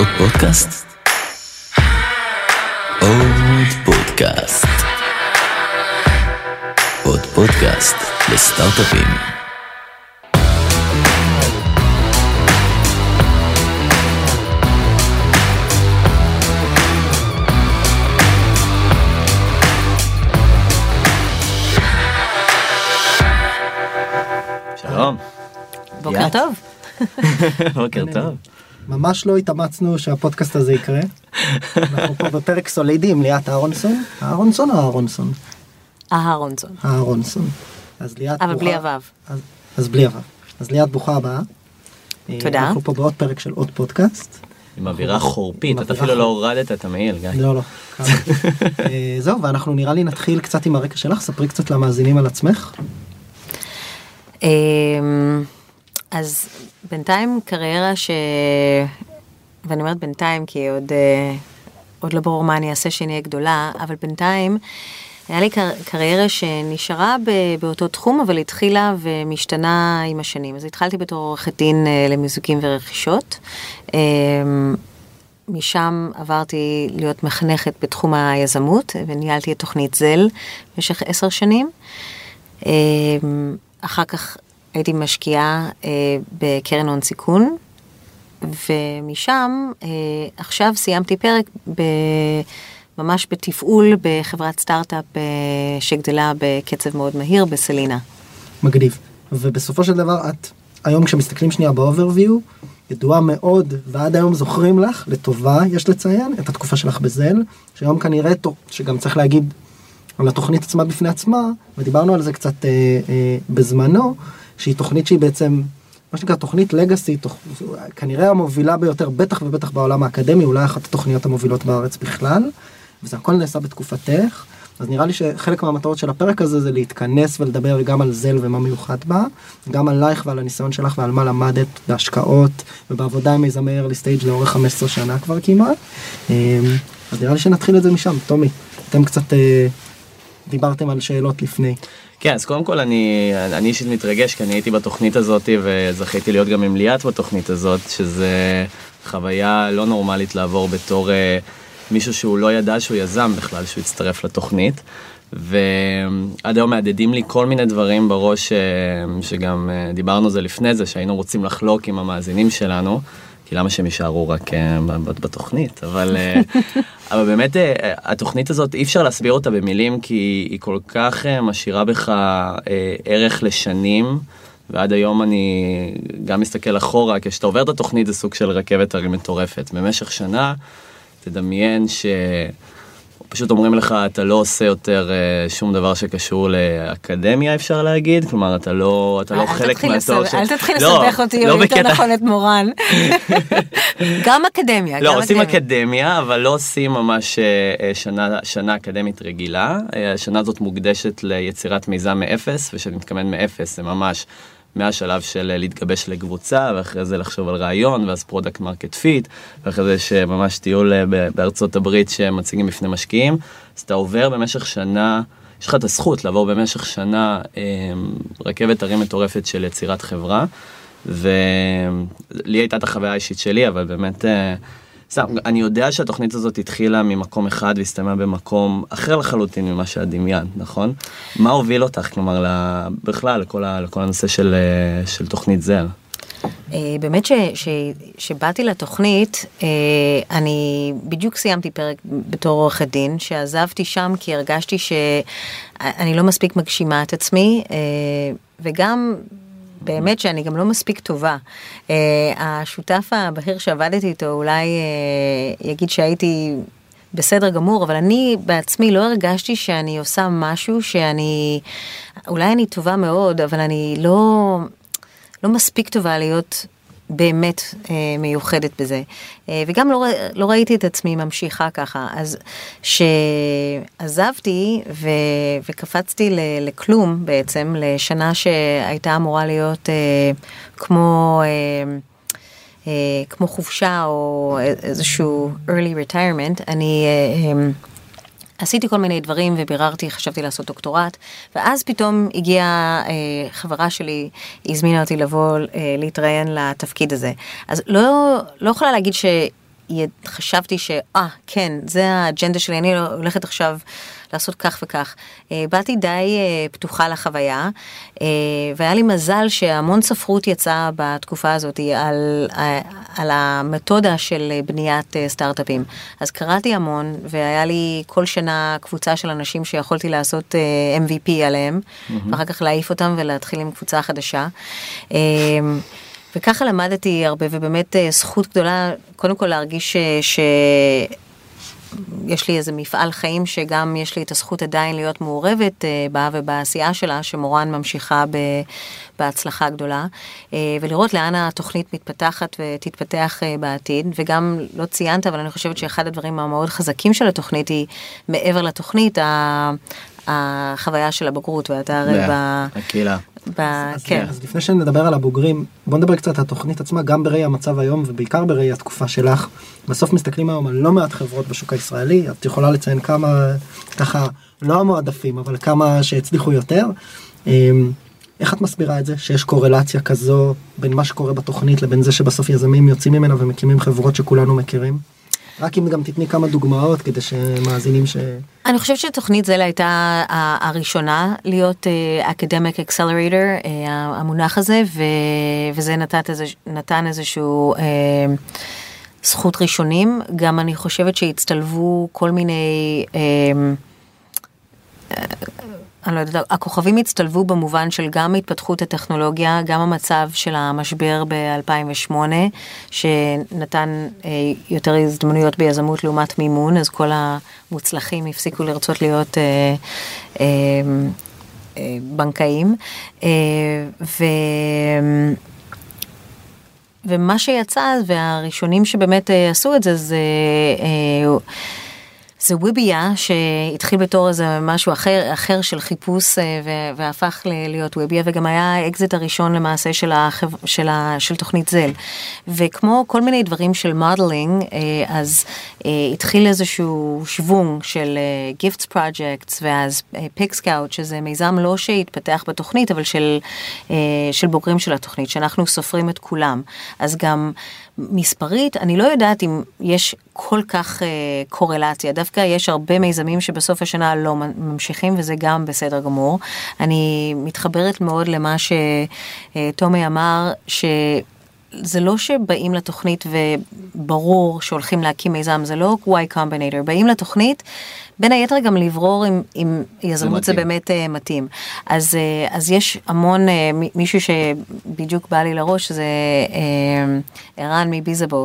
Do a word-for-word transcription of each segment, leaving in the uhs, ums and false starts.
פודקאסט? עוד פודקאסט. עוד פודקאסט לסטארט-אפים. שלום. בוקר טוב. בוקר טוב. ממש לא התאמצנו שהפודקאסט הזה יקרה. אנחנו פה בפרק סולידי עם ליאת אהרונסון. אהרונסון או אהרונסון? אהרונסון. אהרונסון. אז ליאת אבל בלי אבב. אז, אז בלי אבב. אז ליאת ברוכה הבאה. תודה. אנחנו פה בעוד פרק של עוד פודקאסט. עם אווירה חורפית, אתה אפילו לא הורדת את המעיל, גיא. לא, לא. זהו, ואנחנו נראה לי נתחיל קצת עם הרקע שלך, ספרי קצת למאזינים על עצמך. אז בינתיים קריירה ש... ואני אומרת בינתיים כי עוד, עוד לא ברור מה אני אעשה שנהיה גדולה, אבל בינתיים היה לי קר... קריירה שנשארה ב... באותו תחום, אבל התחילה ומשתנה עם השנים. אז התחלתי בתור עורכת דין למיזוגים ורכישות. משם עברתי להיות מחנכת בתחום היזמות, וניהלתי את תוכנית זל במשך עשר שנים. אחר כך הייתי משקיעה אה, בקרן הון סיכון, ומשם אה, עכשיו סיימתי פרק ב, ממש בתפעול בחברת סטארט-אפ אה, שגדלה בקצב מאוד מהיר בסלינה. מגניב. ובסופו של דבר את, היום כשמסתכלים שנייה באוברוויו, ידועה מאוד, ועד היום זוכרים לך, לטובה יש לציין, את התקופה שלך בזל, שהיום כנראה, שגם צריך להגיד, על התוכנית עצמה בפני עצמה, ודיברנו על זה קצת אה, אה, בזמנו, שהיא תוכנית שהיא בעצם, מה שנקרא תוכנית לגאסי, תוכ... כנראה המובילה ביותר, בטח ובטח בעולם האקדמי, אולי אחת התוכניות המובילות בארץ בכלל, וזה הכל נעשה בתקופתך, אז נראה לי שחלק מהמטרות של הפרק הזה זה להתכנס ולדבר גם על זל ומה מיוחד בה, גם עלייך ועל הניסיון שלך ועל מה למדת בהשקעות ובעבודה עם מיזמי early stage לאורך חמש עשרה שנה כבר כמעט. אז נראה לי שנתחיל את זה משם. תומי, אתם קצת דיברתם על שאלות לפני. כן, אז קודם כל אני, אני אישית מתרגש, כי אני הייתי בתוכנית הזאת וזכיתי להיות גם עם ליאת בתוכנית הזאת, שזה חוויה לא נורמלית לעבור בתור מישהו שהוא לא ידע שהוא יזם בכלל, שהוא יצטרף לתוכנית. ועד היום מעדדים לי כל מיני דברים בראש, שגם דיברנו על זה לפני זה, שהיינו רוצים לחלוק עם המאזינים שלנו, כי למה שהם יישארו רק בתוכנית, אבל, אבל באמת התוכנית הזאת אי אפשר להסביר אותה במילים, כי היא כל כך משאירה בך ערך לשנים, ועד היום אני גם מסתכל אחורה, כשאתה עובר את התוכנית זה סוג של רכבת הרים מטורפת. במשך שנה תדמיין ש... פשוט אומרים לך, אתה לא עושה יותר uh, שום דבר שקשור לאקדמיה, אפשר להגיד, כלומר, אתה לא, אתה לא חלק מהתואר ש... אל תתחיל לסבך אותי, או יותר נכון את מורן. גם אקדמיה. לא, עושים אקדמיה, אבל לא עושים ממש שנה, שנה אקדמית רגילה. השנה הזאת מוקדשת ליצירת מיזם מאפס, ושאני מתכוון מאפס, זה ממש מהשלב של להתגבש לקבוצה, ואחרי זה לחשוב על רעיון, ואז פרודקט מרקט פיט, ואחרי זה שממש טיול בארצות הברית שמציגים בפני משקיעים. אז אתה עובר במשך שנה, יש לך את הזכות לעבור במשך שנה רכבת הרים מטורפת של יצירת חברה, ולי הייתה את החוויה האישית שלי, אבל באמת, אני יודע שהתוכנית הזאת התחילה ממקום אחד והסתיימה במקום אחר לחלוטין ממה שהדמיין, נכון? מה הוביל אותך, כלומר, בכלל, לכל, לכל הנושא של, של תוכנית זל? באמת ש, ש, שבאתי לתוכנית, אני בדיוק סיימתי פרק בתור עורכת דין, שעזבתי שם כי הרגשתי שאני לא מספיק מגשימה את עצמי, וגם באמת שאני גם לא מספיק טובה. Uh, השותף הבכיר שעבדתי איתו אולי uh, יגיד שהייתי בסדר גמור, אבל אני בעצמי לא הרגשתי שאני עושה משהו שאני, אולי אני טובה מאוד, אבל אני לא, לא מספיק טובה להיות באמת uh, מיוחדת בזה. Uh, וגם לא, לא ראיתי את עצמי ממשיכה ככה. אז שעזבתי ו, וקפצתי ל, לכלום בעצם, לשנה שהייתה אמורה להיות uh, כמו, uh, uh, כמו חופשה או איזשהו early retirement. אני... Uh, עשיתי כל מיני דברים וביררתי, חשבתי לעשות דוקטורט, ואז פתאום הגיעה אה, חברה שלי, הזמינה אותי לבוא אה, להתראיין לתפקיד הזה. אז לא, לא יכולה להגיד ש... חשבתי שאה, כן, זה האג'נדה שלי, אני הולכת עכשיו לעשות כך וכך. באתי די פתוחה לחוויה, והיה לי מזל שהמון ספרות יצאה בתקופה הזאת על, על המתודה של בניית סטארט-אפים. אז קראתי המון, והיה לי כל שנה קבוצה של אנשים שיכולתי לעשות אם וי פי עליהם, mm-hmm. ואחר כך להעיף אותם ולהתחיל עם קבוצה חדשה. וככה למדתי הרבה, ובאמת זכות גדולה, קודם כל להרגיש ש... יש לי איזה מפעל חיים שגם יש לי את הזכות עדיין להיות מעורבת בה ובעשייה שלה, שמורן ממשיכה ב, בהצלחה גדולה, ולראות לאן התוכנית מתפתחת ותתפתח בעתיד, וגם לא ציינת, אבל אני חושבת שאחד הדברים המאוד חזקים של התוכנית היא, מעבר לתוכנית, החוויה של הבוגרות, ואתה הרי ב... הקהילה. ב... אז, כן. אז לפני שנדבר על הבוגרים, בוא נדבר קצת על התוכנית עצמה, גם בראי המצב היום, ובעיקר בראי התקופה שלך. בסוף מסתכלים היום על לא מעט חברות בשוק הישראלי, את יכולה לציין כמה, ככה, לא המועדפים, אבל כמה שהצליחו יותר. איך את מסבירה את זה? שיש קורלציה כזו בין מה שקורה בתוכנית לבין זה שבסוף יזמים יוצאים ממנה ומקימים חברות שכולנו מכירים? רק אם גם תתני כמה דוגמאות כדי שמאזינים ש... אני חושבת שתוכנית זלה הייתה הראשונה להיות Academic Accelerator, המונח הזה, וזה נתן איזשהו זכות ראשונים. גם אני חושבת שהצטלבו כל מיני... אני לא יודעת, הכוכבים הצטלבו במובן של גם התפתחות הטכנולוגיה, גם המצב של המשבר ב-אלפיים ושמונה, שנתן אה, יותר הזדמנויות ביזמות לעומת מימון, אז כל המוצלחים הפסיקו לרצות להיות אה, אה, אה, בנקאים. אה, ו... ומה שיצא, והראשונים שבאמת אה, עשו את זה, זה... אה, זה וויביה שהתחיל בתור איזה משהו אחר, אחר של חיפוש והפך להיות וויביה, וגם היה האקזיט הראשון למעשה של, החב... של, ה... של תוכנית זל. וכמו כל מיני דברים של מודלינג, אז התחיל איזשהו שוונג של גיפטס פרויקטס, ואז פיק סקאוט, שזה מיזם לא שהתפתח בתוכנית, אבל של, של בוגרים של התוכנית, שאנחנו סופרים את כולם. אז גם מספרית, אני לא יודעת אם יש כל כך uh, קורלציה, דווקא יש הרבה מיזמים שבסוף השנה לא ממשיכים, וזה גם בסדר גמור. אני מתחברת מאוד למה שתומי אמר, שזה לא שבאים לתוכנית וברור שהולכים להקים מיזם, זה לא Y Combinator, באים לתוכנית, בין היתר גם לברור אם, אם יזמות זה, זה באמת uh, מתאים. אז, uh, אז יש המון, uh, מישהו שבדיוק בא לי לראש, זה uh, ערן מביזבו,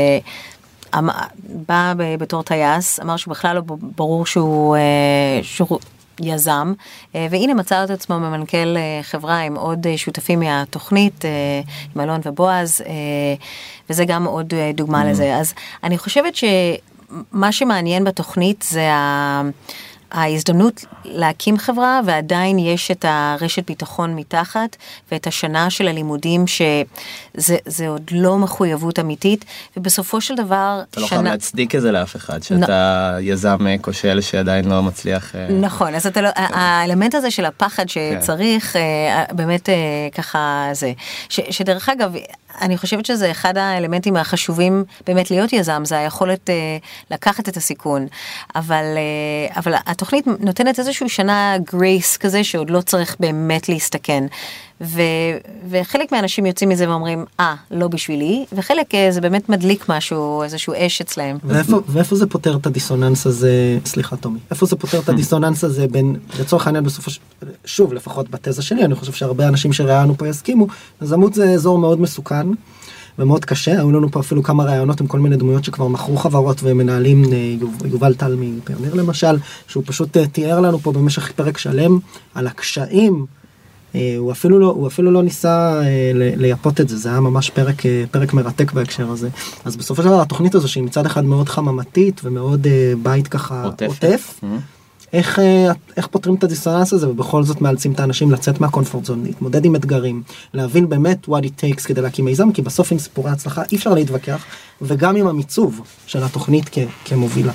שבא בתור טייס, אמר שבכלל לא ברור שהוא, uh, שהוא יזם, uh, והנה מצא את עצמו ממנכ"ל uh, חברה עם עוד uh, שותפים מהתוכנית, uh, עם אלון ובועז, uh, וזה גם עוד uh, דוגמה mm. לזה. אז אני חושבת ש... מה שמעניין בתוכנית זה ההזדמנות להקים חברה, ועדיין יש את הרשת ביטחון מתחת, ואת השנה של הלימודים, שזה עוד לא מחויבות אמיתית, ובסופו של דבר... אתה לא חייב להצדיק את זה לאף אחד, שאתה יזם כושל שעדיין לא מצליח... נכון, אז האלמנט הזה של הפחד שצריך, באמת ככה זה. שדרך אגב... אני חושבת שזה אחד האלמנטים החשובים באמת להיות יזם, זה היכולת אה, לקחת את הסיכון, אבל, אה, אבל התוכנית נותנת איזושהי שנה גרייס כזה, שעוד לא צריך באמת להסתכן, ו, וחלק מהאנשים יוצאים מזה ואומרים, אה, לא בשבילי, וחלק אה, זה באמת מדליק משהו, איזשהו אש אצלהם. ואיפה, ואיפה זה פותר את הדיסוננס הזה, סליחה תומי, איפה זה פותר את הדיסוננס הזה בין, לצורך העניין בסופו של, שוב, לפחות בתזה שלי, אני חושב שהרבה אנשים שראינו פה יסכימו, יזמות זה אזור מאוד מסוכן, ומאוד קשה, היו לנו פה אפילו כמה רעיונות עם כל מיני דמויות שכבר מכרו חברות ומנהלים, יובל טל מפיוניר למשל, שהוא פשוט תיאר לנו פה במשך פרק שלם על הקשיים, הוא אפילו לא, הוא אפילו לא ניסה לייפות את זה, זה היה ממש פרק, פרק מרתק בהקשר הזה. אז בסופו של דבר התוכנית הזו שהיא מצד אחד מאוד חממתית ומאוד בית ככה עוטף, איך, איך פותרים את הדיסוננס הזה, ובכל זאת מאלצים את האנשים לצאת מהקונפורט זון, להתמודד עם אתגרים, להבין באמת what it takes כדי להקים מיזם, כי בסוף עם סיפורי הצלחה אי אפשר להתווכח, וגם עם המיצוב של התוכנית כ, כמובילה.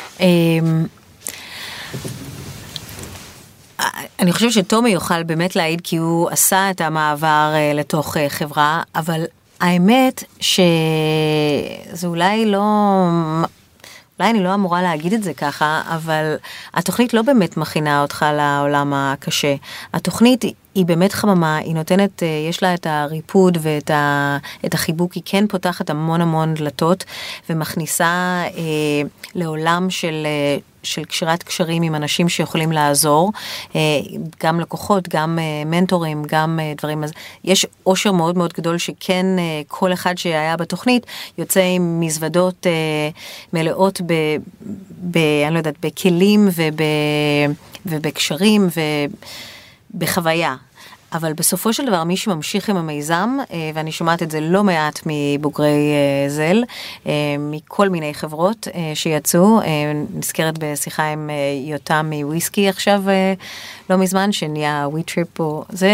אני חושב שתומי יוכל באמת להעיד, כי הוא עשה את המעבר לתוך חברה, אבל האמת שזה אולי לא, אולי אני לא אמורה להגיד את זה ככה, אבל התוכנית לא באמת מכינה אותך לעולם הקשה. התוכנית היא באמת חממה, היא נותנת, יש לה את הריפוד ואת ה, את החיבוק, היא כן פותחת המון המון דלתות, ומכניסה אה, לעולם של, אה, של קשירת קשרים עם אנשים שיכולים לעזור, אה, גם לקוחות, גם אה, מנטורים, גם אה, דברים, אז יש עושר מאוד מאוד גדול שכן אה, כל אחד שהיה בתוכנית יוצא עם מזוודות אה, מלאות ב, ב, אני לא יודעת, בכלים וב, ובקשרים ו... בחוויה, אבל בסופו של דבר מי שממשיך עם המיזם, ואני שומעת את זה לא מעט מבוגרי זל, מכל מיני חברות שיצאו, נזכרת בשיחה עם יותם מוויסקי עכשיו לא מזמן, שנהיה וויטריפ או זה,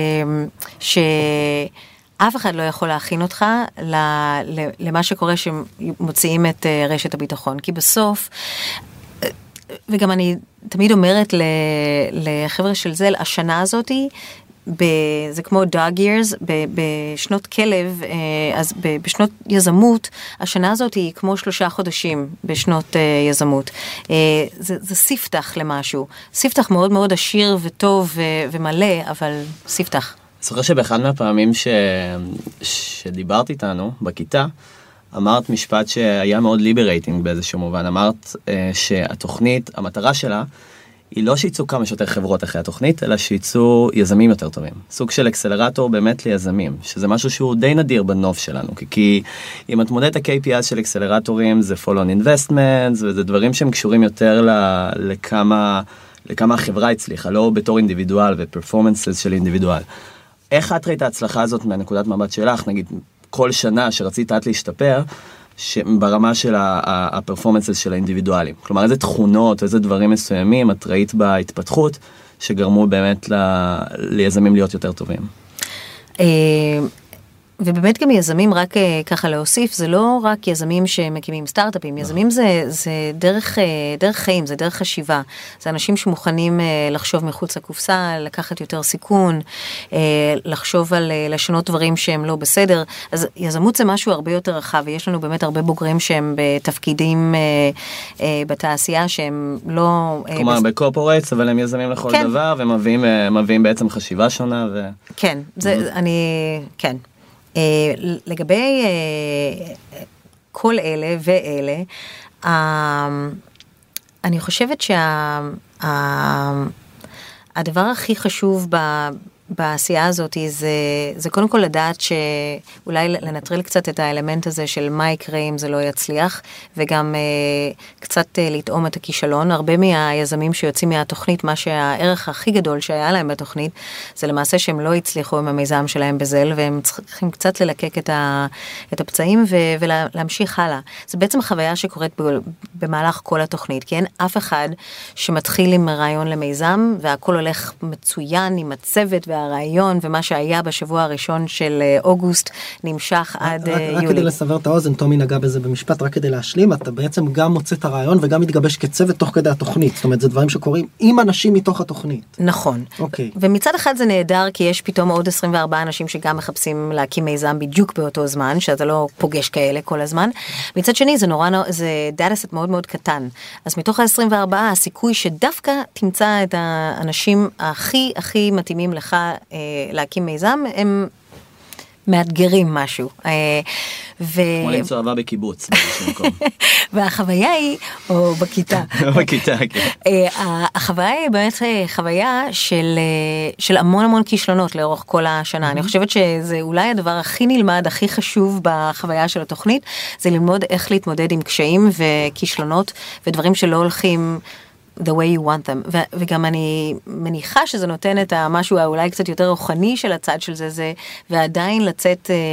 שאף אחד לא יכול להכין אותך למה שקורה שמוציאים את רשת הביטחון, כי בסוף, וגם אני תמיד אומרת לחבר'ה של זל, השנה הזאת, זה כמו dog years, בשנות כלב, אז בשנות יזמות, השנה הזאת היא כמו שלושה חודשים בשנות יזמות. זה, זה ספתח למשהו. ספתח מאוד מאוד עשיר וטוב ומלא, אבל ספתח. זוכר שבאחד מהפעמים ש... שדיברת איתנו בכיתה, אמרת משפט שהיה מאוד ליברייטינג באיזשהו מובן. אמרת אה, שהתוכנית, המטרה שלה, היא לא שיצאו כמה שיותר חברות אחרי התוכנית, אלא שיצאו יזמים יותר טובים. סוג של אקסלרטור באמת ליזמים, שזה משהו שהוא די נדיר בנוף שלנו, כי, כי אם את מודדת ה-K P I של אקסלרטורים, זה follow-on investments, וזה דברים שהם קשורים יותר ל, לכמה, לכמה החברה הצליחה, לא בתור אינדיבידואל ופרפורמנסס של אינדיבידואל. איך את ראית ההצלחה הזאת מהנקודת מבט שלך, נגיד, כל שנה שרצית את להשתפר, ברמה של הפרפורמנסס של האינדיבידואלים. כלומר, איזה תכונות, איזה דברים מסוימים את ראית בהתפתחות, שגרמו באמת ליזמים להיות יותר טובים. ובאמת גם יזמים, רק ככה להוסיף, זה לא רק יזמים שמקימים סטארט-אפים, יזמים זה, זה דרך, דרך חיים, זה דרך חשיבה. זה אנשים שמוכנים לחשוב מחוץ לקופסה, לקחת יותר סיכון, לחשוב על לשנות דברים שהם לא בסדר. אז יזמות זה משהו הרבה יותר רחב, ויש לנו באמת הרבה בוגרים שהם בתפקידים בתעשייה שהם לא... כלומר, בס... בקורפורייטס, אבל הם יזמים לכל כן. דבר, ומביאים מביאים בעצם חשיבה שונה. ו... כן, זה, mm-hmm. אני... כן. Uh, לגבי uh, כל אלה ואלה, uh, אני חושבת שהדבר שה, uh, הכי חשוב ב, בעשייה הזאת זה, זה קודם כל לדעת שאולי לנטרל קצת את האלמנט הזה של מה יקרה אם זה לא יצליח, וגם uh, קצת uh, לטעום את הכישלון. הרבה מהיזמים שיוצאים מהתוכנית, מה שהערך הכי גדול שהיה להם בתוכנית, זה למעשה שהם לא הצליחו עם המיזם שלהם בזל, והם צריכים קצת ללקק את, ה, את הפצעים ו, ולהמשיך הלאה. זה בעצם חוויה שקורית במהלך כל התוכנית, כי אין אף אחד שמתחיל עם רעיון למיזם, והכל הולך מצוין עם הצוות והרעיון, ומה שהיה בשבוע הראשון של אוגוסט נמשך עד רק, יולי. רק כדי לסבר את האוזן, תומי נגע בזה במשפט, רק כדי להשלים, אתה בעצם גם מוצא את הרעיון וגם מתגבש כצוות תוך כדי התוכנית. זאת אומרת, זה דברים שקורים עם אנשים מתוך התוכנית. נכון. אוקיי. ומצד אחד זה נהדר, כי יש פתאום עוד עשרים וארבעה אנשים שגם מחפשים להקים מיזם בדיוק באותו זמן, שאתה לא פוגש כאלה כל הזמן. מצד שני, זה נורא, זה דאטאסט מאוד מאוד קטן. אז מתוך ה-עשרים וארבעה, הסיכוי שדווקא תמצא את האנשים הכי הכי מתאימים לך אה, להקים מיזם, הם מאתגרים משהו. אה, ו... כמו למצוא אהבה בקיבוץ. והחוויה היא, או בכיתה. בכיתה, כן. אה, החוויה היא באמת חוויה של, של המון המון כישלונות לאורך כל השנה. אני חושבת שזה אולי הדבר הכי נלמד, הכי חשוב בחוויה של התוכנית, זה ללמוד איך להתמודד עם קשיים וכישלונות, ודברים שלא הולכים the way you want them, ו- וגם אני מניחה שזה נותן את המשהו האולי קצת יותר רוחני של הצד של זה, זה ועדיין לצאת אה,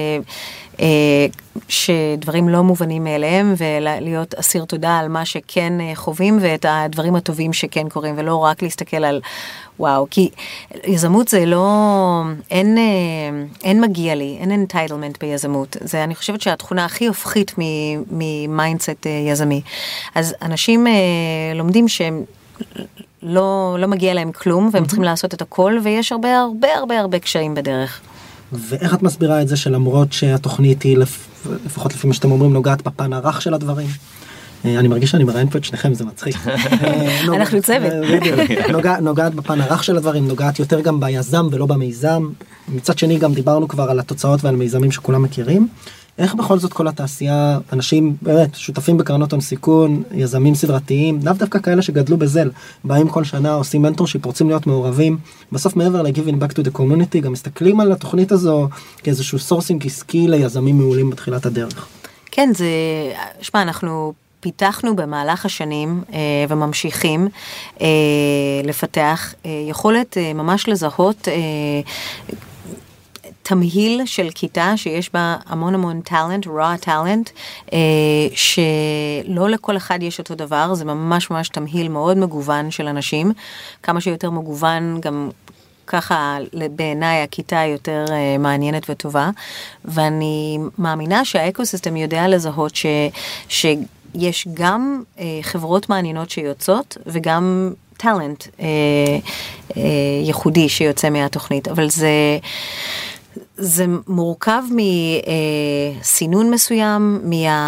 אה, שדברים לא מובנים מאליהם, ולהיות אסיר תודה על מה שכן אה, חווים, ואת הדברים הטובים שכן קורים, ולא רק להסתכל על וואו, כי יזמות זה לא, אין, אה, אין מגיע לי, אין entitlement ביזמות, זה אני חושבת שהתכונה הכי הופכית ממיינדסט אה, יזמי. אז אנשים אה, לומדים שהם לא, לא מגיע להם כלום, והם צריכים לעשות את הכל, ויש הרבה הרבה הרבה הרבה קשיים בדרך. ואיך את מסבירה את זה שלמרות שהתוכנית היא, לפחות לפי מה שאתם אומרים, נוגעת בפן הרך של הדברים? אני מרגיש שאני מראיין פה את שניכם, זה מצחיק. אנחנו צוות. נוגעת בפן הרך של הדברים, נוגעת יותר גם ביזם ולא במיזם. מצד שני גם דיברנו כבר על התוצאות ועל מיזמים שכולם מכירים. איך בכל זאת כל התעשייה, אנשים באמת שותפים בקרנות הון סיכון, יזמים סדרתיים, דווקא דווקא כאלה שגדלו בזל, באים כל שנה, עושים מנטורשיפ, רוצים להיות מעורבים, בסוף מעבר ל-giving back to the community, גם מסתכלים על התוכנית הזו כאיזשהו סורסינג עסקי ליזמים מעולים בתחילת הדרך. כן, זה, שמה, אנחנו פיתחנו במהלך השנים אה, וממשיכים אה, לפתח אה, יכולת אה, ממש לזהות אה, תמהיל של כיתה שיש בה המון המון טלנט, raw טלנט, אה, שלא לכל אחד יש אותו דבר, זה ממש ממש תמהיל מאוד מגוון של אנשים, כמה שיותר מגוון גם ככה בעיניי הכיתה יותר אה, מעניינת וטובה, ואני מאמינה שהאקוסיסטם יודע לזהות ש, שיש גם אה, חברות מעניינות שיוצאות, וגם טלנט אה, אה, ייחודי שיוצא מהתוכנית, אבל זה... זה מורכב מסינון מסוים,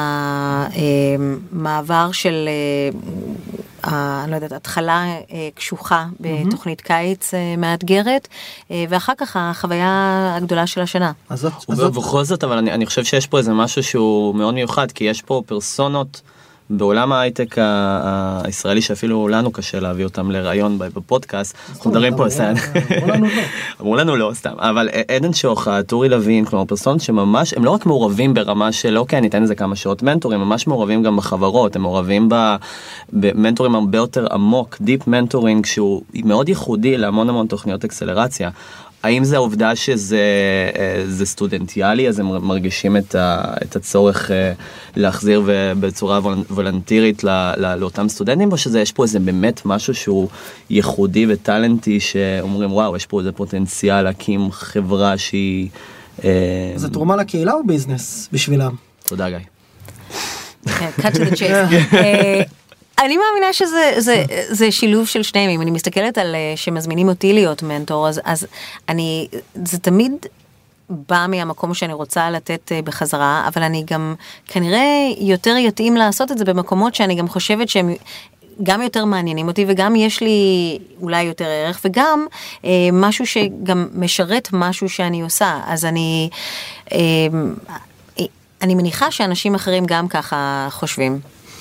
מהמעבר של, אני לא יודעת, התחלה קשוחה בתוכנית קיץ מאתגרת, ואחר כך החוויה הגדולה של השנה. ובכל זאת, אבל אני חושב שיש פה איזה משהו שהוא מאוד מיוחד, כי יש פה פרסונות, בעולם ההייטק הישראלי שאפילו לנו קשה להביא אותם לרעיון בפודקאסט, אנחנו מדברים פה, אמרו לנו לא סתם, אבל עדן שוחט, טורי לוין, כלומר פרסונות שממש, הם לא רק מעורבים ברמה של אוקיי, ניתן איזה כמה שעות מנטורים, הם ממש מעורבים גם בחברות, הם מעורבים במנטורים הרבה יותר עמוק, דיפ מנטורינג, שהוא מאוד ייחודי להמון המון תוכניות אקסלרציה. האם זה העובדה שזה זה סטודנטיאלי, אז הם מרגישים את, ה, את הצורך להחזיר בצורה וולנטירית לא, לא, לאותם סטודנטים, או שזה יש פה איזה באמת משהו שהוא ייחודי וטלנטי, שאומרים וואו, יש פה איזה פוטנציאל להקים חברה שהיא... זה תרומה לקהילה או ביזנס בשבילם? תודה גיא. cut to the chase. אני מאמינה שזה זה, זה שילוב של שניהם. אם אני מסתכלת על שמזמינים אותי להיות מנטור, אז, אז אני, זה תמיד בא מהמקום שאני רוצה לתת בחזרה, אבל אני גם כנראה יותר יתאים לעשות את זה במקומות שאני גם חושבת שהם גם יותר מעניינים אותי, וגם יש לי אולי יותר ערך, וגם אה, משהו שגם משרת משהו שאני עושה. אז אני, אה, אני מניחה שאנשים אחרים גם ככה חושבים.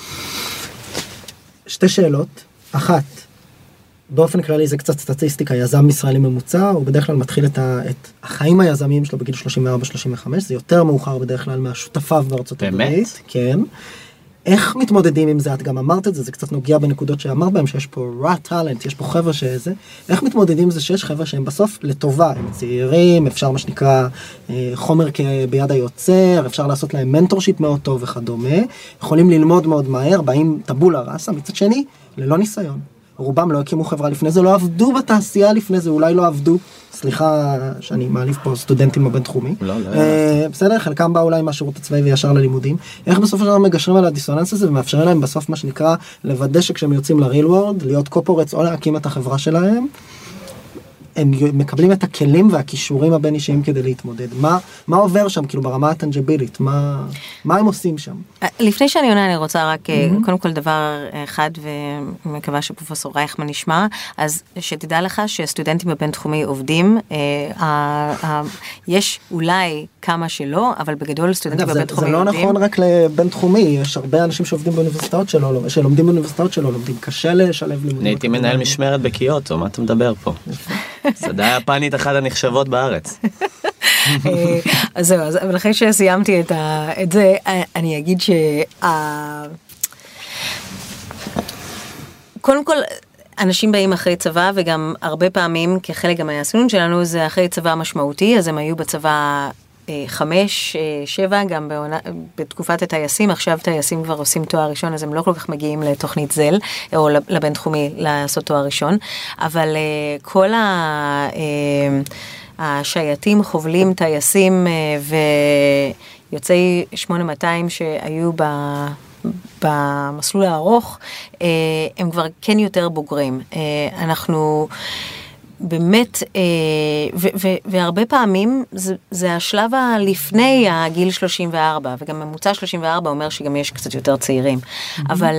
שתי שאלות. אחת, באופן כללי זה קצת סטטיסטיקה, יזם ישראלי ממוצע, הוא בדרך כלל מתחיל את, ה, את החיים היזמיים שלו בגיל שלושים וארבע שלושים וחמש, זה יותר מאוחר בדרך כלל מהשותפיו בארצות הברית. כן. איך מתמודדים עם זה? את גם אמרת את זה, זה קצת נוגע בנקודות שאמרת בהם, שיש פה raw talent, יש פה חבר'ה שזה, איך מתמודדים עם זה שיש חבר'ה שהם בסוף לטובה, הם צעירים, אפשר מה שנקרא חומר ביד היוצר, אפשר לעשות להם מנטורשיפ מאוד טוב וכדומה, יכולים ללמוד מאוד מהר, באים טבולה ראסה, מצד שני, ללא ניסיון. רובם לא הקימו חברה לפני זה, לא עבדו בתעשייה לפני זה, אולי לא עבדו, סליחה שאני מעליב פה סטודנטים בבינתחומי. לא, לא. בסדר, חלקם בא אולי מהשירות הצבאי וישר ללימודים. איך בסופו של דבר מגשרים על הדיסוננס הזה ומאפשרים להם בסוף מה שנקרא לוודא שכשהם יוצאים לריל וורד, להיות קופורטס או להקים את החברה שלהם, הם מקבלים את הכלים והכישורים הבין אישיים כדי להתמודד. מה, מה עובר שם, כאילו ברמה הטנג'בילית? מה, מה הם עושים שם? לפני שאני עונה, אני רוצה רק, mm-hmm. קודם כל דבר אחד, ומקווה שפרופסור רייכמן נשמע, אז שתדע לך שסטודנטים בבינתחומי עובדים, אה, אה, יש אולי כמה שלא, אבל בגדול סטודנטים בבינתחומי עובדים. זה לא נכון רק לבינתחומי, יש הרבה אנשים שעובדים באוניברסיטאות שלו, שלומדים באוניברסיטאות שלו, לומדים קשה לשלב לימודים. הייתי מנהל משמרת בקיוטו, מה אתה מדבר פה? סדה יפנית אחת הנחשבות בארץ. אז זהו, אבל אחרי שסיימתי את זה, אני אגיד ש... קודם כל, אנשים באים אחרי צבא, וגם הרבה פעמים, כחלק גם מהסינון שלנו, זה אחרי צבא משמעותי, אז הם היו בצבא חמש, שבע, גם בתקופת הטייסים, עכשיו טייסים כבר עושים תואר ראשון, אז הם לא כל כך מגיעים לתוכנית זל, או לבינתחומי לעשות תואר ראשון, אבל כל השייטים, חובלים, טייסים ויוצאי שמונה מאתיים שהיו ב... במסלול הארוך, הם כבר כן יותר בוגרים. אנחנו באמת, ו- ו- והרבה פעמים זה, זה השלב הלפני הגיל שלושים וארבע, וגם ממוצע שלושים וארבע אומר שגם יש קצת יותר צעירים. אבל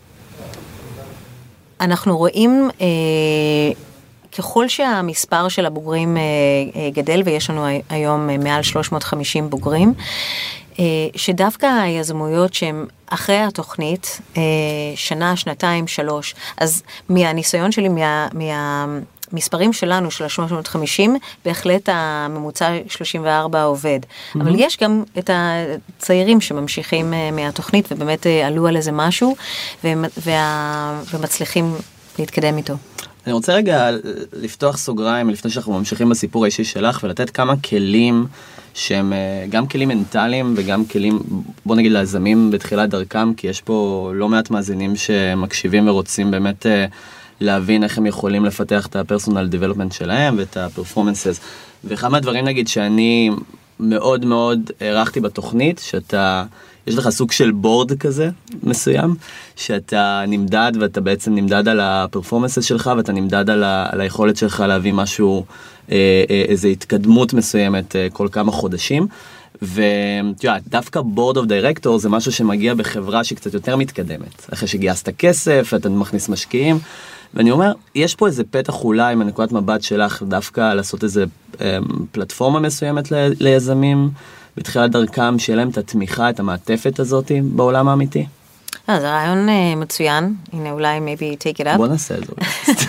אנחנו רואים, ככל שהמספר של הבוגרים גדל, ויש לנו היום מעל שלוש מאות וחמישים בוגרים, שדווקא היזמויות שהן אחרי התוכנית, שנה, שנתיים, שלוש, אז מהניסיון שלי, מה... מה מספרים שלנו של שלוש מאות וחמישים, בהחלט הממוצע שלושים וארבע עובד. Mm-hmm. אבל יש גם את הצעירים שממשיכים מהתוכנית, ובאמת עלו על איזה משהו, וה... ומצליחים להתקדם איתו. אני רוצה רגע לפתוח סוגריים, לפני שאנחנו ממשיכים בסיפור האישי שלך, ולתת כמה כלים שהם גם כלים מנטליים, וגם כלים, בוא נגיד, ליזמים בתחילת דרכם, כי יש פה לא מעט מאזינים שמקשיבים ורוצים באמת להבין איך הם יכולים לפתח את ה-personal development שלהם ואת ה-performances. ואחד מהדברים, נגיד, שאני מאוד מאוד הערכתי בתוכנית, שאתה, יש לך סוג של בורד כזה מסוים, שאתה נמדד ואתה בעצם נמדד על ה-performances שלך, ואתה נמדד על, ה- על היכולת שלך להביא משהו, איזו התקדמות מסוימת כל כמה חודשים. ותראה, דווקא board of director זה משהו שמגיע בחברה שהיא קצת יותר מתקדמת. אחרי שגייסת כסף, אתה מכניס משקיעים, ואני אומר, יש פה איזה פתח אולי מנקודת מבט שלך דווקא לעשות איזה אה, פלטפורמה מסוימת ל, ליזמים בתחילת דרכם, שיהיה להם את התמיכה, את המעטפת הזאת בעולם האמיתי. אה, זה רעיון אה, מצוין. הנה, אולי maybe take it up. בוא נעשה את זה.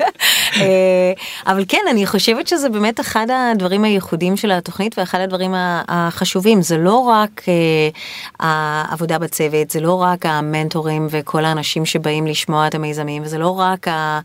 אבל כן, אני חושבת שזה באמת אחד הדברים הייחודיים של התוכנית, ואחד הדברים החשובים. זה לא רק העבודה בצוות, זה לא רק המנטורים וכל האנשים שבאים לשמוע את המיזמים, וזה לא רק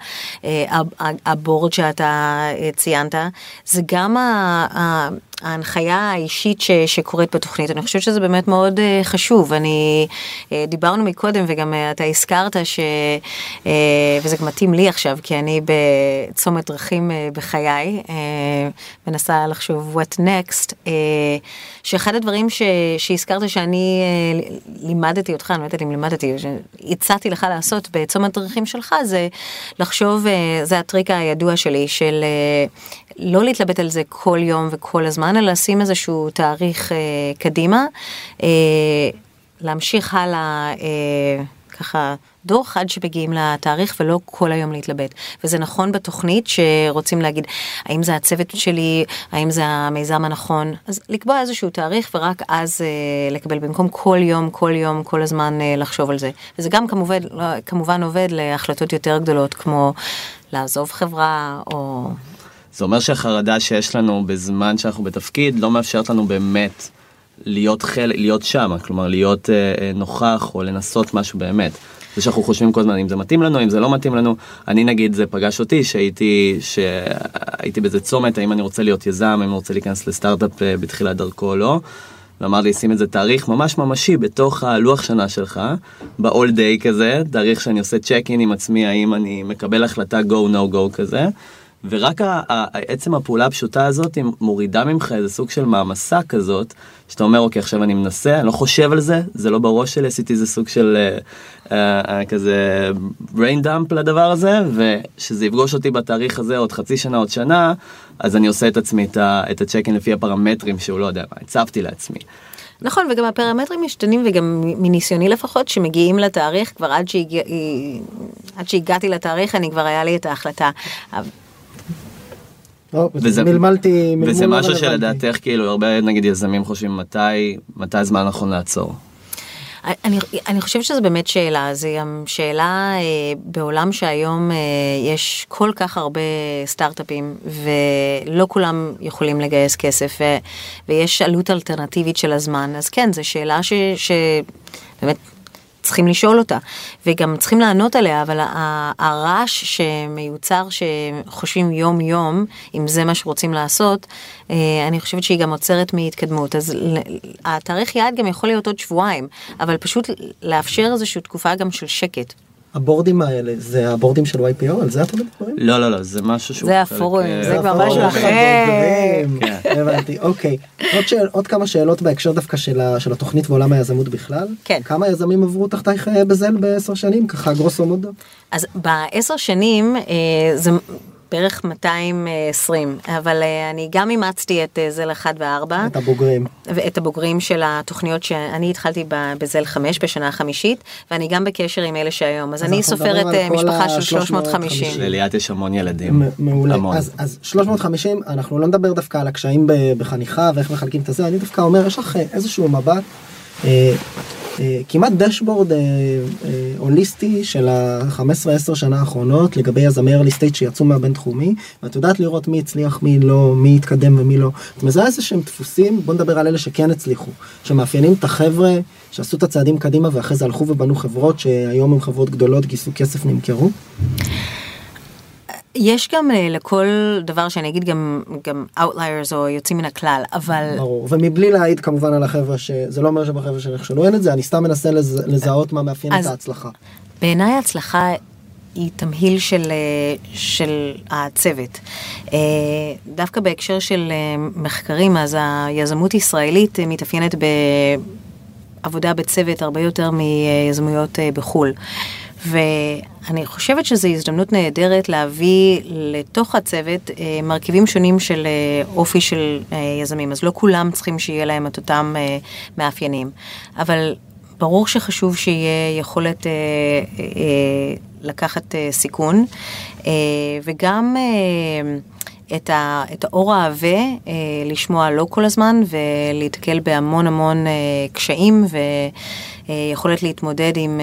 הבורד שאתה ציינת, זה גם ה... ההנחיה האישית ש, שקורית בתוכנית. אני חושבת שזה באמת מאוד uh, חשוב. אני, uh, דיברנו מקודם, וגם uh, אתה הזכרת ש... Uh, וזה גם מתאים לי עכשיו, כי אני בצומת דרכים uh, בחיי, uh, מנסה לחשוב what next, uh, שאחד הדברים ש, שהזכרת שאני uh, לימדתי אותך, אני לא יודעת אם לימדתי, שהצעתי לך לעשות בצומת דרכים שלך, זה לחשוב, uh, זה הטריק הידוע שלי, של uh, לא להתלבט על זה כל יום וכל הזמן, אלא לשים איזשהו תאריך אה, קדימה, אה, להמשיך הלאה אה, ככה דוח עד שמגיעים לתאריך, ולא כל היום להתלבט. וזה נכון בתוכנית שרוצים להגיד, האם זה הצוות שלי, האם זה המיזם הנכון, אז לקבוע איזשהו תאריך, ורק אז אה, לקבל במקום כל יום, כל יום, כל הזמן אה, לחשוב על זה. וזה גם כמובן, כמובן עובד להחלטות יותר גדולות, כמו לעזוב חברה, או... זה אומר שהחרדה שיש לנו בזמן שאנחנו בתפקיד לא מאפשרת לנו באמת להיות חלק, להיות שם, כלומר להיות אה, נוכח או לנסות משהו באמת. זה שאנחנו חושבים כל הזמן אם זה מתאים לנו, אם זה לא מתאים לנו. אני נגיד, זה פגש אותי שהייתי, שהייתי באיזה צומת, האם אני רוצה להיות יזם, האם אני רוצה להיכנס לסטארט-אפ אה, בתחילת דרכו או לא. ואמר לי, שים את זה תאריך ממש ממשי בתוך הלוח שנה שלך, ב-all day כזה, תאריך שאני עושה צ'ק-אין עם עצמי, האם אני מקבל החלטה go, no go כזה. ורק עצם הפעולה הפשוטה הזאת מורידה ממך איזה סוג של מעמסה כזאת, שאתה אומר, אוקיי, עכשיו אני מנסה, אני לא חושב על זה, זה לא בראש שלי, עשיתי איזה סוג של אה, אה, כזה brain dump לדבר הזה, ושזה יפגוש אותי בתאריך הזה עוד חצי שנה, עוד שנה, אז אני עושה את עצמי את הצ'קין לפי הפרמטרים שהוא לא יודע מה, הצבתי לעצמי. נכון, וגם הפרמטרים משתנים, וגם מניסיוני לפחות, שמגיעים לתאריך, כבר עד, שהגיע, עד שהגעתי לתאריך, אני כבר היה לי את ההחלטה. וזה, מלמלתי, וזה משהו שלדעתך, כאילו, הרבה נגיד יזמים חושבים מתי, מתי הזמן נכון לעצור. אני, אני חושבת שזו באמת שאלה, זו גם שאלה אה, בעולם שהיום אה, יש כל כך הרבה סטארט-אפים, ולא כולם יכולים לגייס כסף, ו, ויש עלות אלטרנטיבית של הזמן, אז כן, זו שאלה ש, שבאמת צריכים לשאול אותה, וגם צריכים לענות עליה, אבל הרעש שמיוצר, שחושבים יום יום, אם זה מה שרוצים לעשות, אני חושבת שהיא גם עוצרת מהתקדמות. אז התאריך יעד גם יכול להיות עוד שבועיים, אבל פשוט לאפשר איזושהי תקופה גם של שקט. הבורדים האלה, זה הבורדים של וואי פי או? על זה אתם מדברים? לא, לא, לא, זה משהו שהוא... זה הפורומים, זה כבר משהו אחר. הבנתי, אוקיי. עוד כמה שאלות בהקשר דווקא של התוכנית ועולם היזמות בכלל. כן. כמה יזמים עברו תחתייך בזל בעשר שנים? ככה גרוסו מודו? אז בעשר שנים, זה... בערך מאתיים ועשרים, אבל אני גם אימצתי את זל אחד וארבע. את הבוגרים. ואת הבוגרים של התוכניות שאני התחלתי בזל חמש בשנה החמישית, ואני גם בקשר עם אלה שהיום. אז אני סופרת משפחה של שלוש מאות וחמישים. לליאת יש המון ילדים. מעולה. אז שלוש מאות וחמישים, אנחנו לא נדבר דווקא על הקשיים בחניכה ואיך מחלקים את זה, אני דווקא אומר, יש לך איזשהו מבט, כמעט דשבורד הוליסטי של ה-חמש עשרה עשר שנה האחרונות לגבי יזמי early stage שיצאו מהבין תחומי, ואת יודעת לראות מי הצליח, מי לא, מי התקדם ומי לא. את מזהה איזה שהם דפוסים, בוא נדבר על אלה שכן הצליחו, שמאפיינים את החבר'ה שעשו את הצעדים קדימה ואחרי זה הלכו ובנו חברות שהיום הם חברות גדולות, גייסו כסף, נמכרו. יש גם לכל דבר שאני אגיד גם, גם outliers או יוצאים מן הכלל, אבל... ברור, ומבלי להעיד כמובן על החבר'ה שזה לא אומר שבחבר'ה שנכשלו אין את זה, אני סתם מנסה לז, לזהות מה מאפיין את ההצלחה. בעיניי ההצלחה היא תמהיל של, של הצוות. דווקא בהקשר של מחקרים, אז היזמות ישראלית מתאפיינת בעבודה בצוות הרבה יותר מיזמויות בחול. ואני חושבת שזו הזדמנות נהדרת להביא לתוך הצוות מרכיבים שונים של אופי של יזמים. אז לא כולם צריכים שיהיה להם את אותם מאפיינים. אבל ברור שחשוב שיהיה יכולת לקחת סיכון, וגם את, ה, את האור העווה, לשמוע לא כל הזמן, ולהתקל בהמון המון קשיים, ויכולת להתמודד עם...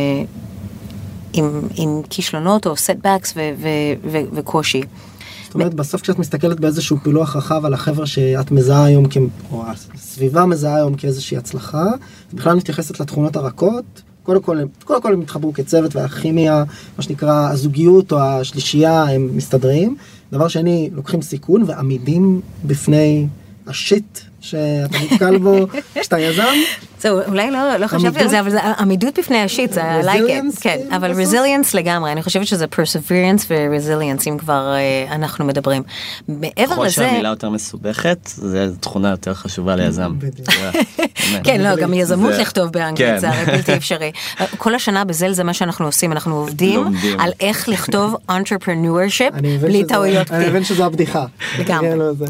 עם, עם כישלונות או setbacks ו- ו- ו- וקושי. זאת אומרת, בסוף כשאת מסתכלת באיזשהו פילוח רחב על החבר'ה שאת מזהה היום, או הסביבה מזהה היום כאיזושהי הצלחה, בכלל מתייחסת לתכונות הרכות, קודם כל, קודם כל הם התחברו כצוות והכימיה, מה שנקרא הזוגיות או השלישייה, הם מסתדרים. דבר שני, לוקחים סיכון ועמידים בפני השיט שאתה נתקל בו, שאתה יזם. זהו, אולי לא, לא חשבתי על זה, אבל זה עמידות בפני השיט, זה I like it, כן, אבל resilience לגמרי, אני חושבת שזה perseverance ו-resilience, אם כבר אנחנו מדברים. מעבר לזה... ככל שהמילה יותר מסובכת, זו תכונה יותר חשובה ליזם. כן, לא, גם יזמות לכתוב באנגלית, זה הרי בלתי אפשרי. כל השנה בזל זה מה שאנחנו עושים, אנחנו עובדים על איך לכתוב entrepreneurship בלי טעויות כתיב. אני מבין שזו הבדיחה. לגמרי.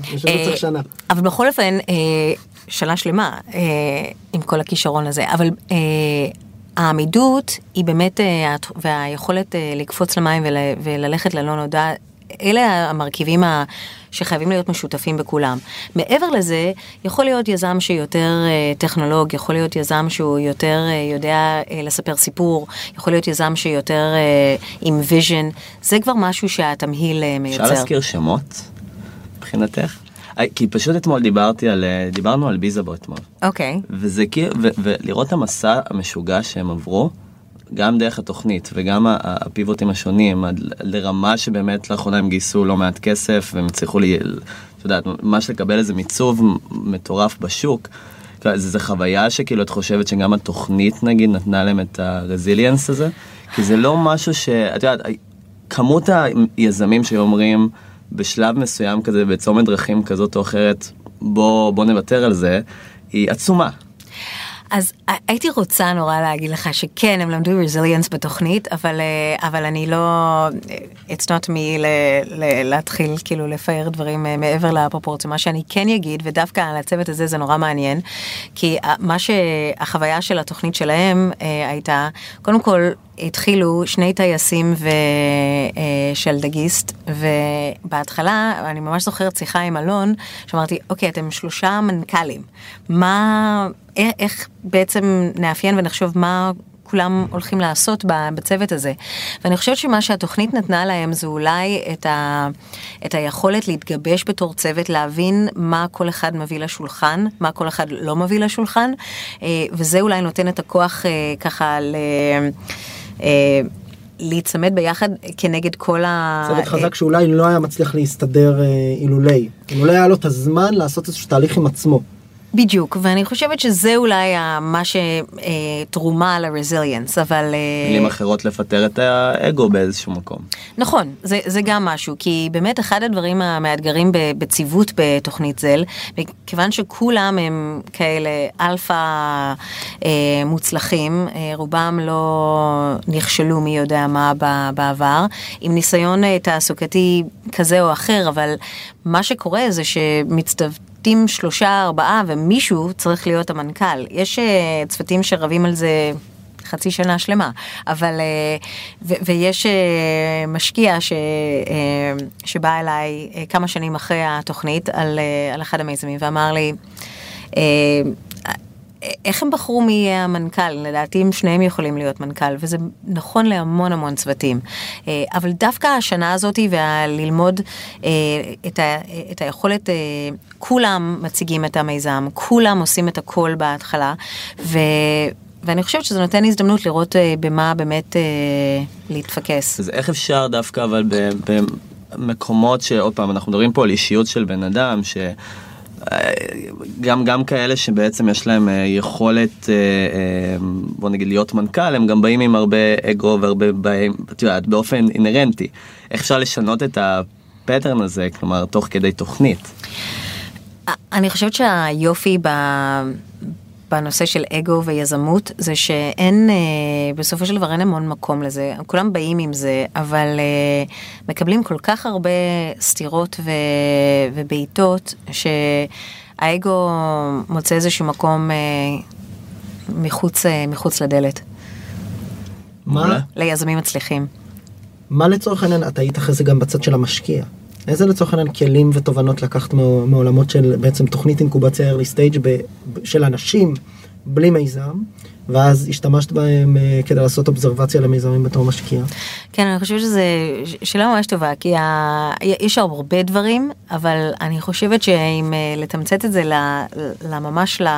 אבל בכל אופן, שנה שלמה, אה, עם כל הכישרון הזה, אבל אה, העמידות היא באמת, אה, והיכולת אה, לקפוץ למים ול, וללכת ללא נודע, אלה המרכיבים ה, שחייבים להיות משותפים בכולם. מעבר לזה, יכול להיות יזם שיותר אה, טכנולוג, יכול להיות יזם שהוא יותר אה, יודע אה, לספר סיפור, יכול להיות יזם שיותר אה, עם ויז'ן, זה כבר משהו שהתמהיל אה, מייצר. אפשר להזכיר שמות, מבחינתך? כי פשוט אתמול דיברתי על, דיברנו על ביזה בו אתמול. אוקיי. וזה כאילו, ולראות המסע המשוגע שהם עברו, גם דרך התוכנית וגם הפיבוטים השונים, לרמה שבאמת לאחרונה הם גייסו לא מעט כסף, והם הצליחו לי, אתה יודעת, ממש לקבל איזה מיצוב מטורף בשוק. זה חוויה שכאילו את חושבת שגם התוכנית נגיד נתנה להם את הרזיליאנס הזה, כי זה לא משהו ש... את יודעת, כמות היזמים שאומרים, בשלב מסוים כזה, בצומת דרכים כזאת או אחרת, בוא, בוא נוותר על זה, היא עצומה. אז הייתי רוצה נורא להגיד לך שכן, הם למדו resilience בתוכנית, אבל, אבל אני לא, it's not me ל, ל, להתחיל כאילו לפאר דברים מעבר לפרופורציה. מה שאני כן אגיד, ודווקא על הצוות הזה זה נורא מעניין, כי מה שהחוויה של התוכנית שלהם הייתה, קודם כל, התחילו שני טייסים ושל דגיסט, ובהתחלה, אני ממש זוכרת שיחה עם אלון, שאמרתי, אוקיי, אתם שלושה מנכ"לים, מה, איך בעצם נאפיין ונחשוב מה כולם הולכים לעשות בצוות הזה. ואני חושבת שמה שהתוכנית נתנה להם, זה אולי את, ה, את היכולת להתגבש בתור צוות, להבין מה כל אחד מביא לשולחן, מה כל אחד לא מביא לשולחן, וזה אולי נותן את הכוח ככה ל... להצמד ביחד כנגד כל ה... צוות חזק שאולי לא היה מצליח להסתדר אילולי. אילולי היה לו את הזמן לעשות איזשהו תהליך עם עצמו. בדיוק, ואני חושבת שזה אולי מה שתרומה לרזיליאנס, אבל... מילים אחרות לפטר את האגו באיזשהו מקום. נכון, זה, זה גם משהו, כי באמת אחד הדברים המאתגרים בציוות בתוכנית זל, כיוון שכולם הם כאלה אלפא מוצלחים, רובם לא נכשלו מי יודע מה בעבר, עם ניסיון תעסוקתי כזה או אחר, אבל מה שקורה זה שמצטוותים שלושה, ארבעה, ומישהו צריך להיות המנכ"ל. יש uh, צוותים שרבים על זה חצי שנה שלמה, אבל, uh, ו- ויש uh, משקיע ש- uh, שבא אליי uh, כמה שנים אחרי התוכנית על, uh, על אחד המיזמים, ואמר לי, uh, איך הם בחרו מי יהיה המנכ"ל? לדעתי הם שניהם יכולים להיות מנכ"ל, וזה נכון להמון המון צוותים. אבל דווקא השנה הזאת, וללמוד את, ה, את היכולת, כולם מציגים את המיזם, כולם עושים את הכל בהתחלה, ו... ואני חושבת שזה נותן הזדמנות לראות במה באמת להתפקס. אז איך אפשר דווקא, אבל במקומות שעוד פעם, אנחנו מדברים פה על אישיות של בן אדם, ש... גם, גם כאלה שבעצם יש להם יכולת, בוא נגיד, להיות מנכ"ל, הם גם באים עם הרבה אגו והרבה באים, את יודעת, באופן אינרנטי. איך אפשר לשנות את הפטרן הזה, כלומר, תוך כדי תוכנית? אני חושבת שהיופי ב... בנושא של אגו ויזמות, זה שאין, בסופו של דבר אין המון מקום לזה. כולם באים עם זה, אבל מקבלים כל כך הרבה סתירות ו, ובעיטות, שהאגו מוצא איזשהו מקום מחוץ, מחוץ לדלת. מה? ליזמים מצליחים. מה לצורך העניין, אתה היית אחרי זה גם בצד של המשקיע? איזה לצורך העניין כלים ותובנות לקחת מעולמות של בעצם תוכנית אינקובציה early stage ב, של אנשים בלי מיזם, ואז השתמשת בהם כדי לעשות אובזרבציה למיזמים בתור משקיע? כן, אני חושבת שזה שאלה ממש טובה, כי ה... יש הרבה דברים, אבל אני חושבת שאם לתמצת את זה לממש ל...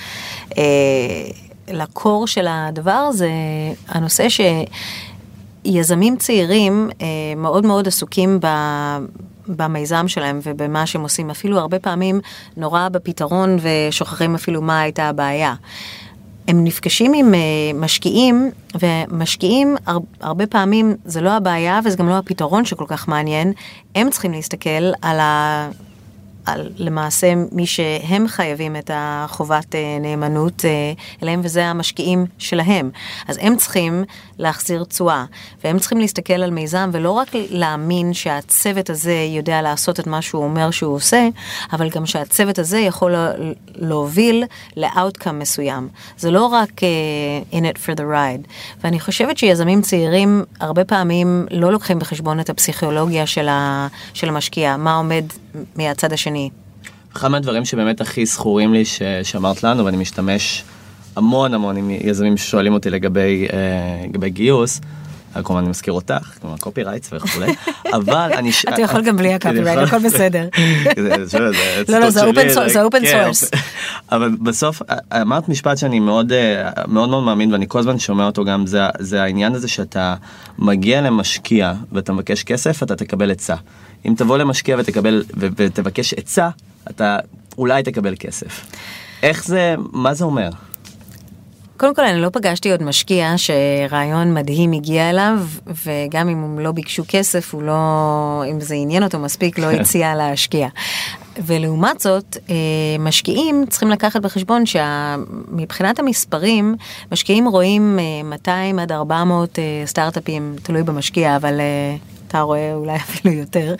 לקור של הדבר, זה הנושא שיזמים צעירים מאוד מאוד עסוקים ב... במיזם שלהם ובמה שהם עושים, אפילו הרבה פעמים נורא בפתרון ושוכחים אפילו מה הייתה הבעיה. הם נפגשים עם משקיעים, ומשקיעים הרבה פעמים זה לא הבעיה וזה גם לא הפתרון שכל כך מעניין, הם צריכים להסתכל על ה... על למעשה מי שהם חייבים את החובת נאמנות אליהם, וזה המשקיעים שלהם. אז הם צריכים להחזיר תשואה, והם צריכים להסתכל על מיזם, ולא רק להאמין שהצוות הזה יודע לעשות את מה שהוא אומר שהוא עושה, אבל גם שהצוות הזה יכול להוביל לאוטקאם מסוים. זה לא רק uh, in it for the ride. ואני חושבת שיזמים צעירים הרבה פעמים לא לוקחים בחשבון את הפסיכולוגיה של, ה, של המשקיע, מה עומד מהצד השני. אחד מהדברים שבאמת הכי זכורים לי ש... שאמרת לנו, ואני משתמש המון המון עם יזמים ששואלים אותי לגבי, אה, לגבי גיוס, כלומר אני מזכיר אותך, כלומר קופי רייטס וכו', אבל אני... אתה יכול גם בלי הקופי רייט, הכל בסדר. לא, לא, זה אופן סורס. אבל בסוף אמרת משפט שאני מאוד מאוד מאוד מאמין, ואני כל הזמן שומע אותו גם, זה העניין הזה שאתה מגיע למשקיע ואתה מבקש כסף, אתה תקבל עצה. אם תבוא למשקיע ותקבל ותבקש עצה, אתה אולי תקבל כסף. איך זה, מה זה אומר? קודם כל, אני לא פגשתי עוד משקיע שרעיון מדהים הגיע אליו, וגם אם הם לא ביקשו כסף, הוא לא, אם זה עניין אותו מספיק, לא הציע להשקיע. ולעומת זאת, משקיעים צריכים לקחת בחשבון שמבחינת המספרים, משקיעים רואים מאתיים עד ארבע מאות סטארט-אפים, תלוי במשקיע, אבל אתה רואה אולי אפילו יותר.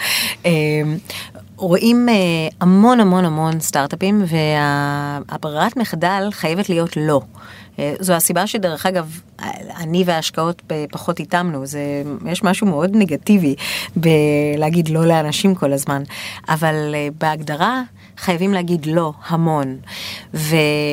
רואים המון המון המון סטארט-אפים, והברירת מחדל חייבת להיות לא. זו הסיבה שדרך אגב, אני וההשקעות פחות התאמנו, זה, יש משהו מאוד נגטיבי בלהגיד לא לאנשים כל הזמן, אבל בהגדרה חייבים להגיד לא המון, ו...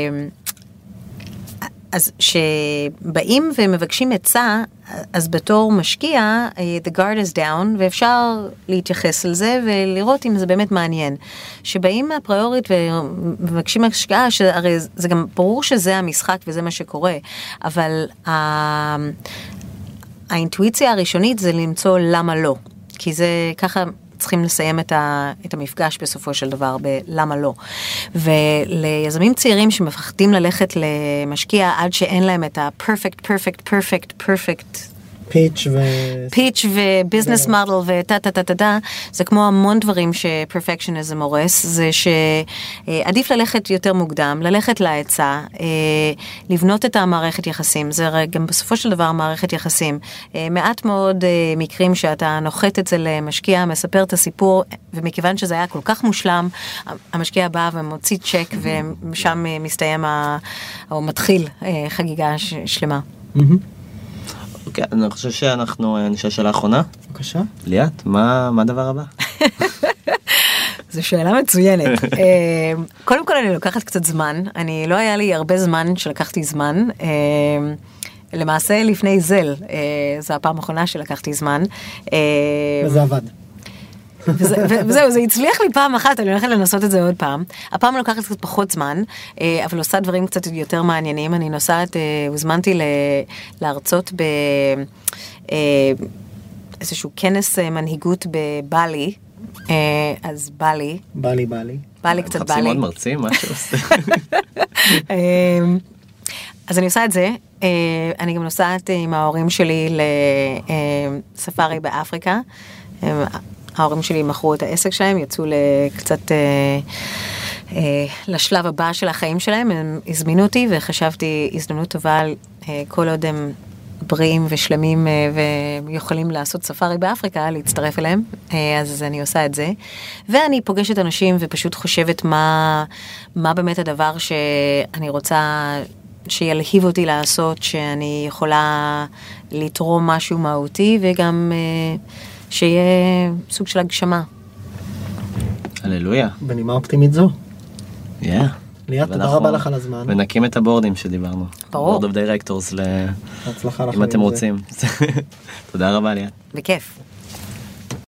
אז שבאים ומבקשים עצה, אז בתור משקיע, the guard is down, ואפשר להתייחס לזה ולראות אם זה באמת מעניין. שבאים מהפריורית ומבקשים השקעה, הרי זה גם ברור שזה המשחק וזה מה שקורה, אבל האינטואיציה הראשונית זה למצוא למה לא. כי זה ככה צריכים לסיים את, ה, את המפגש בסופו של דבר, בלמה לא. וליזמים צעירים שמפחדים ללכת למשקיע עד שאין להם את ה-perfect, perfect, perfect, perfect, פיץ' ו... פיץ' וביזנס מודל וטה טה טה טה טה, זה כמו המון דברים שפרפקשניזם הורס, זה שעדיף ללכת יותר מוקדם, ללכת להיצע, לבנות את המערכת יחסים, זה גם בסופו של דבר מערכת יחסים. מעט מאוד מקרים שאתה נוחת את זה למשקיע, מספר את הסיפור, ומכיוון שזה היה כל כך מושלם, המשקיע בא ומוציא צ'ק, ושם מסתיים, או מתחיל חגיגה שלמה. אוקיי, אני חושב שאנחנו נשאל שאלה האחרונה. בבקשה. ליאת, מה הדבר הבא? זו שאלה מצוינת. קודם כל אני לוקחת קצת זמן, אני לא היה לי הרבה זמן שלקחתי זמן, למעשה לפני זל, זו הפעם האחרונה שלקחתי זמן. וזה עבד. וזהו, זה הצליח לי פעם אחת, אני הולכת לנסות את זה עוד פעם. הפעם אני לוקחת קצת פחות זמן, אבל עושה דברים קצת יותר מעניינים. אני נוסעת, הוזמנתי להרצות באיזשהו כנס מנהיגות בבלי, אז בלי. בלי, בלי. בלי, קצת בלי. מחפשים עוד מרצים, מה שעושה. אז אני עושה את זה, אני גם נוסעת עם ההורים שלי לספארי באפריקה, ההורים שלי מכרו את העסק שלהם, יצאו לקצת אה, אה, לשלב הבא של החיים שלהם, הם הזמינו אותי וחשבתי הזדמנות טובה אה, כל עוד הם בריאים ושלמים אה, ויכולים לעשות ספארי באפריקה, להצטרף אליהם, אה, אז אני עושה את זה. ואני פוגשת אנשים ופשוט חושבת מה, מה באמת הדבר שאני רוצה שילהיב אותי לעשות, שאני יכולה לתרום משהו מהותי וגם... אה, שיהיה סוג של הגשמה. הללויה. בנימה אופטימית זו. כן. ליאת, תודה רבה לך על הזמן. ונקים את הבורדים שדיברנו. ברור. Board of Directors, הצלחה לכם. אם אתם רוצים. תודה רבה, ליאת. בכיף.